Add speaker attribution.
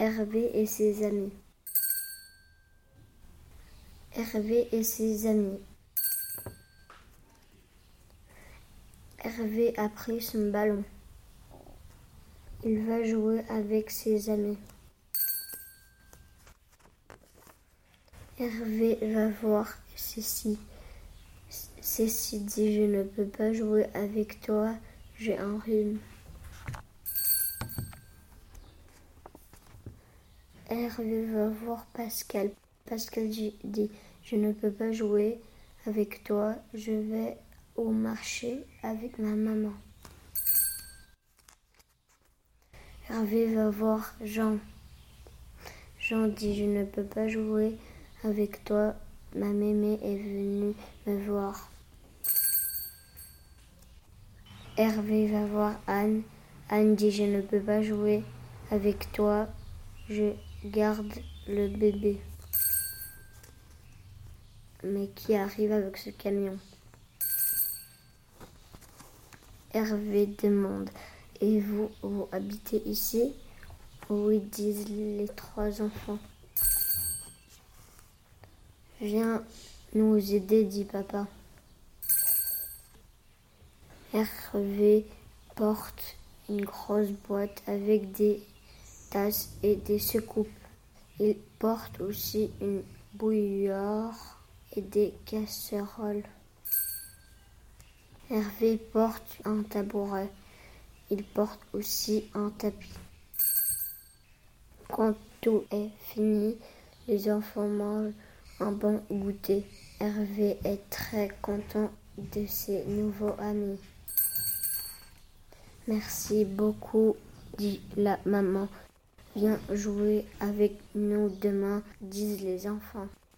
Speaker 1: Hervé et ses amis. Hervé et ses amis. Hervé a pris son ballon. Il va jouer avec ses amis. Hervé va voir Cécile. Cécile dit: je ne peux pas jouer avec toi, j'ai un rhume. Hervé va voir Pascal. Pascal dit: je ne peux pas jouer avec toi, je vais au marché avec ma maman. Hervé va voir Jean. Jean dit: je ne peux pas jouer avec toi, ma mémé est venue me voir. Hervé va voir Anne. Anne dit: je ne peux pas jouer avec toi, je garde le bébé. Mais qui arrive avec ce camion? Hervé demande: et vous habitez ici? Oui, disent les 3 enfants. Viens nous aider, dit papa. Hervé porte une grosse boîte avec des tasses et des soucoupes. Il porte aussi une bouilloire et des casseroles. Hervé porte un tabouret. Il porte aussi un tapis. Quand tout est fini, les enfants mangent un bon goûter. Hervé est très content de ses nouveaux amis. Merci beaucoup, dit la maman. Viens jouer avec nous demain, disent les enfants.